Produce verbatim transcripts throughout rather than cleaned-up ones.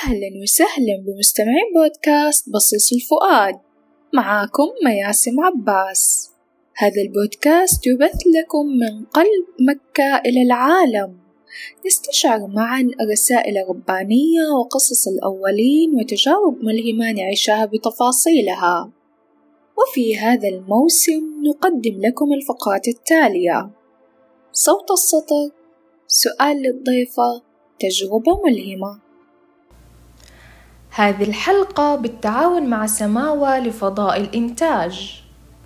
أهلا وسهلا بمستمعين بودكاست بصيص الفؤاد. معاكم مياسم عباس. هذا البودكاست يبث لكم من قلب مكة إلى العالم، نستشعر معا الرسائل الربانية وقصص الأولين وتجارب ملهمة نعيشها بتفاصيلها. وفي هذا الموسم نقدم لكم الفقرات التالية: صوت السطر، سؤال للضيفة، تجربة ملهمة. هذه الحلقة بالتعاون مع سماوة لفضاء الإنتاج.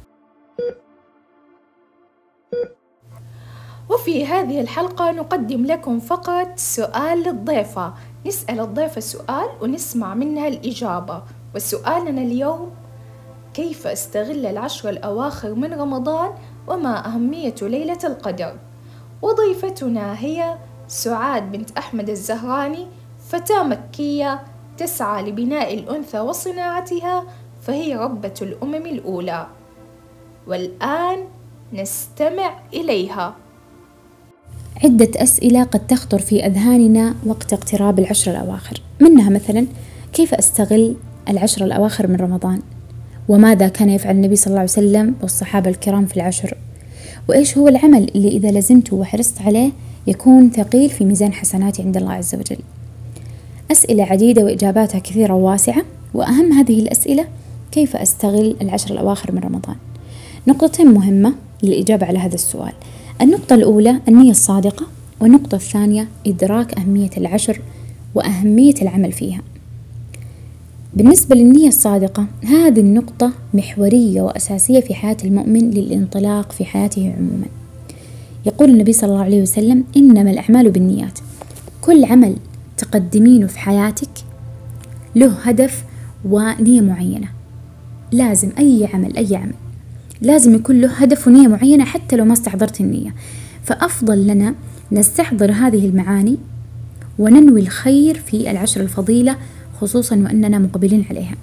وفي هذه الحلقة نقدم لكم فقط سؤال للضيفة، نسأل الضيفة سؤال ونسمع منها الإجابة. وسؤالنا اليوم: كيف أستغل العشر الأواخر من رمضان وما أهمية ليلة القدر؟ وضيفتنا هي سعاد بنت أحمد الزهراني، فتاة مكية تسعى لبناء الأنثى وصناعتها، فهي ربة الأمم الأولى. والآن نستمع إليها. عدة أسئلة قد تخطر في أذهاننا وقت اقتراب العشر الأواخر، منها مثلا: كيف أستغل العشر الأواخر من رمضان؟ وماذا كان يفعل النبي صلى الله عليه وسلم والصحابة الكرام في العشر؟ وإيش هو العمل اللي إذا لزمته وحرصت عليه يكون ثقيل في ميزان حسناتي عند الله عز وجل؟ أسئلة عديدة وإجاباتها كثيرة وواسعة، وأهم هذه الأسئلة: كيف أستغل العشر الأواخر من رمضان؟ نقطتين مهمة للإجابة على هذا السؤال. النقطة الأولى النية الصادقة، والنقطة الثانية إدراك أهمية العشر وأهمية العمل فيها. بالنسبة للنية الصادقة، هذه النقطة محورية وأساسية في حياة المؤمن للانطلاق في حياته عموما. يقول النبي صلى الله عليه وسلم: إنما الأعمال بالنيات. كل عمل تقدمينه في حياتك له هدف ونية معينة. لازم أي عمل أي عمل لازم يكون له هدف ونية معينة حتى لو ما استحضرت النية. فأفضل لنا نستحضر هذه المعاني وننوي الخير في العشر الفضيلة، خصوصا وأننا مقبلين عليها.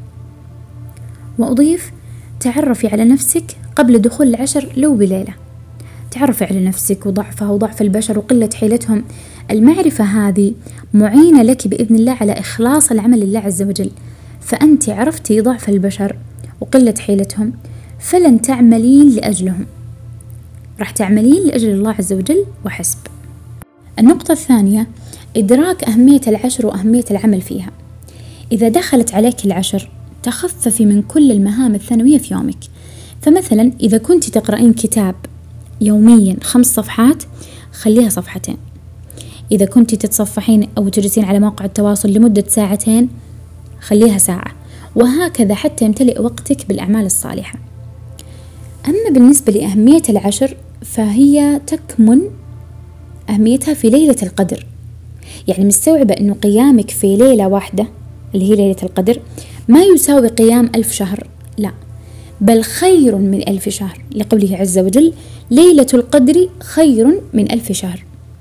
وأضيف: تعرفي على نفسك قبل دخول العشر لو بليلة. تعرفي على نفسك وضعفها وضعف البشر وقلة حيلتهم. المعرفة هذه معينة لك بإذن الله على إخلاص العمل لله عز وجل. فأنت عرفتي ضعف البشر وقلة حيلتهم، فلن تعملين لأجلهم، راح تعملين لأجل الله عز وجل وحسب. النقطة الثانية: إدراك أهمية العشر وأهمية العمل فيها. إذا دخلت عليك العشر تخففي من كل المهام الثانوية في يومك. فمثلا إذا كنت تقرأين كتاب يوميا خمس صفحات، خليها صفحتين. إذا كنت تتصفحين أو تجلسين على موقع التواصل لمدة ساعتين، خليها ساعة، وهكذا حتى يمتلئ وقتك بالأعمال الصالحة. أما بالنسبة لأهمية العشر فهي تكمن أهميتها في ليلة القدر. يعني مستوعبة أنه قيامك في ليلة واحدة اللي هي ليلة القدر ما يساوي قيام ألف شهر، لا، بل خير من ألف شهر، لقوله عز وجل: ليلة القدر خير من ألف شهر.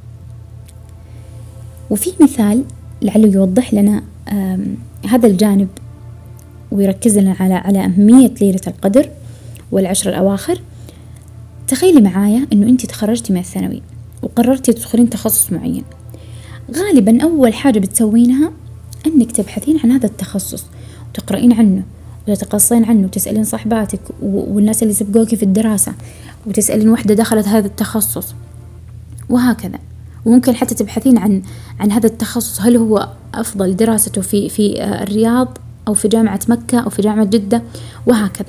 وفي مثال لعله يوضح لنا هذا الجانب ويركز لنا على على أهمية ليلة القدر والعشر الأواخر. تخيلي معايا أنه أنت تخرجتي من الثانوي وقررتي تدخلين تخصص معين. غالبا أول حاجة بتسوينها أنك تبحثين عن هذا التخصص وتقرأين عنه وتتقصين عنه وتسألين صاحباتك والناس اللي سبقوكي في الدراسة وتسألين واحدة دخلت هذا التخصص، وهكذا. وممكن حتى تبحثين عن عن هذا التخصص، هل هو أفضل دراسته في في الرياض أو في جامعة مكة أو في جامعة جدة، وهكذا.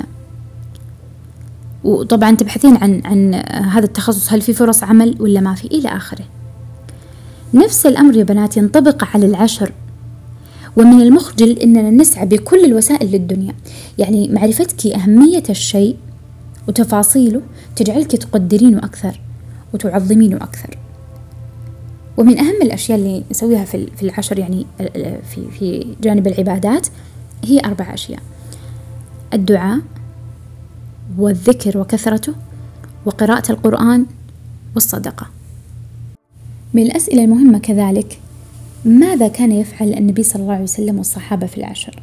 وطبعا تبحثين عن عن هذا التخصص هل في فرص عمل ولا ما في، إلى آخره. نفس الأمر يا بنات ينطبق على العشر. ومن المخجل أننا نسعى بكل الوسائل للدنيا. يعني معرفتك أهمية الشيء وتفاصيله تجعلك تقدرينه أكثر وتعظمينه أكثر. ومن أهم الأشياء اللي نسويها في في العشر، يعني في في جانب العبادات، هي أربع أشياء: الدعاء والذكر وكثرته وقراءة القرآن والصدقة. من الأسئلة المهمة كذلك: ماذا كان يفعل النبي صلى الله عليه وسلم والصحابة في العشر؟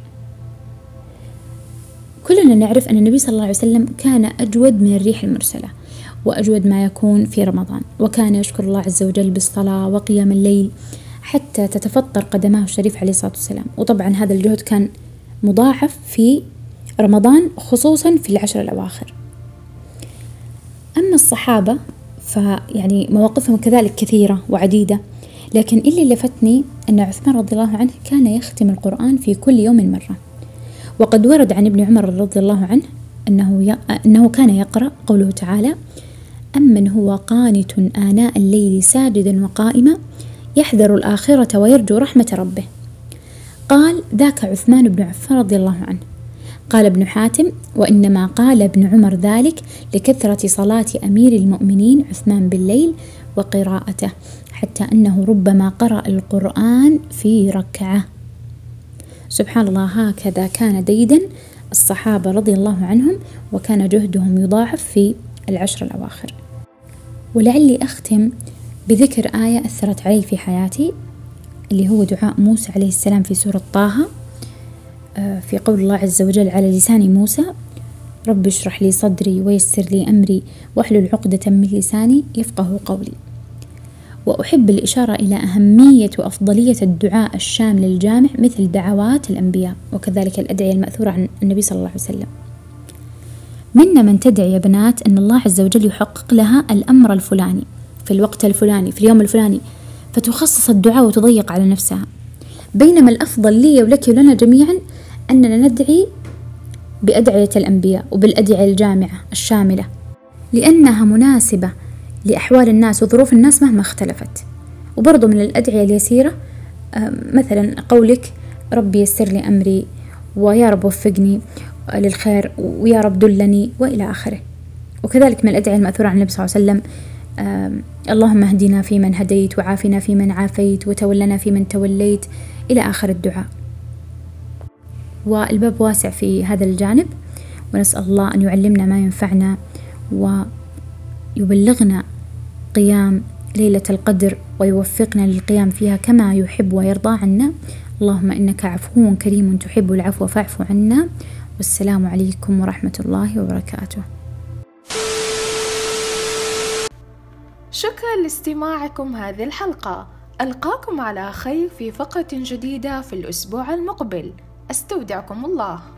كلنا نعرف أن النبي صلى الله عليه وسلم كان أجود من الريح المرسلة وأجود ما يكون في رمضان، وكان يشكر الله عز وجل بالصلاة وقيام الليل حتى تتفطر قدماه الشريف عليه الصلاة والسلام. وطبعا هذا الجهد كان مضاعف في رمضان، خصوصا في العشر الأواخر. أما الصحابة فيعني مواقفهم كذلك كثيرة وعديدة، لكن اللي لفتني أن عثمان رضي الله عنه كان يختم القرآن في كل يوم مرة. وقد ورد عن ابن عمر رضي الله عنه أنه, ي... أنه كان يقرأ قوله تعالى: أمن هو قانت آناء الليل ساجدا وقائما يحذر الآخرة ويرجو رحمة ربه. قال: ذاك عثمان بن عفان رضي الله عنه. قال ابن حاتم: وإنما قال ابن عمر ذلك لكثرة صلاة أمير المؤمنين عثمان بالليل وقراءته، حتى أنه ربما قرأ القرآن في ركعة. سبحان الله، هكذا كان ديدا الصحابة رضي الله عنهم، وكان جهدهم يضاعف في العشر الأواخر. ولعلي أختم بذكر آية أثرت علي في حياتي، اللي هو دعاء موسى عليه السلام في سورة طه، في قول الله عز وجل على لسان موسى: رب اشرح لي صدري ويسر لي أمري واحلل عقدة من لساني يفقه قولي. وأحب الإشارة إلى أهمية وأفضلية الدعاء الشامل الجامع مثل دعوات الأنبياء، وكذلك الأدعية المأثورة عن النبي صلى الله عليه وسلم. منا من تدعي يا بنات أن الله عز وجل يحقق لها الأمر الفلاني في الوقت الفلاني في اليوم الفلاني، فتخصص الدعاء وتضيق على نفسها، بينما الأفضل لي ولك ولنا جميعا أننا ندعي بأدعية الأنبياء وبالأدعية الجامعة الشاملة، لأنها مناسبة لأحوال الناس وظروف الناس مهما اختلفت. وبرضو من الأدعية اليسيرة مثلا قولك: ربي يسر لي أمري، ويا رب وفقني للخير، ويا رب دلني، وإلى آخره. وكذلك من الأدعية المأثورة عن النبي صلى الله عليه وسلم: اللهم اهدنا فيمن هديت، وعافنا فيمن عافيت، وتولنا فيمن توليت، إلى آخر الدعاء. والباب واسع في هذا الجانب، ونسأل الله أن يعلمنا ما ينفعنا ويبلغنا قيام ليلة القدر، ويوفقنا للقيام فيها كما يحب ويرضى عنا. اللهم إنك عفو كريم تحب العفو فاعف عنا. والسلام عليكم ورحمة الله وبركاته. شكرا لاستماعكم هذه الحلقة. ألقاكم على خير في فقرة جديدة في الأسبوع المقبل. أستودعكم الله.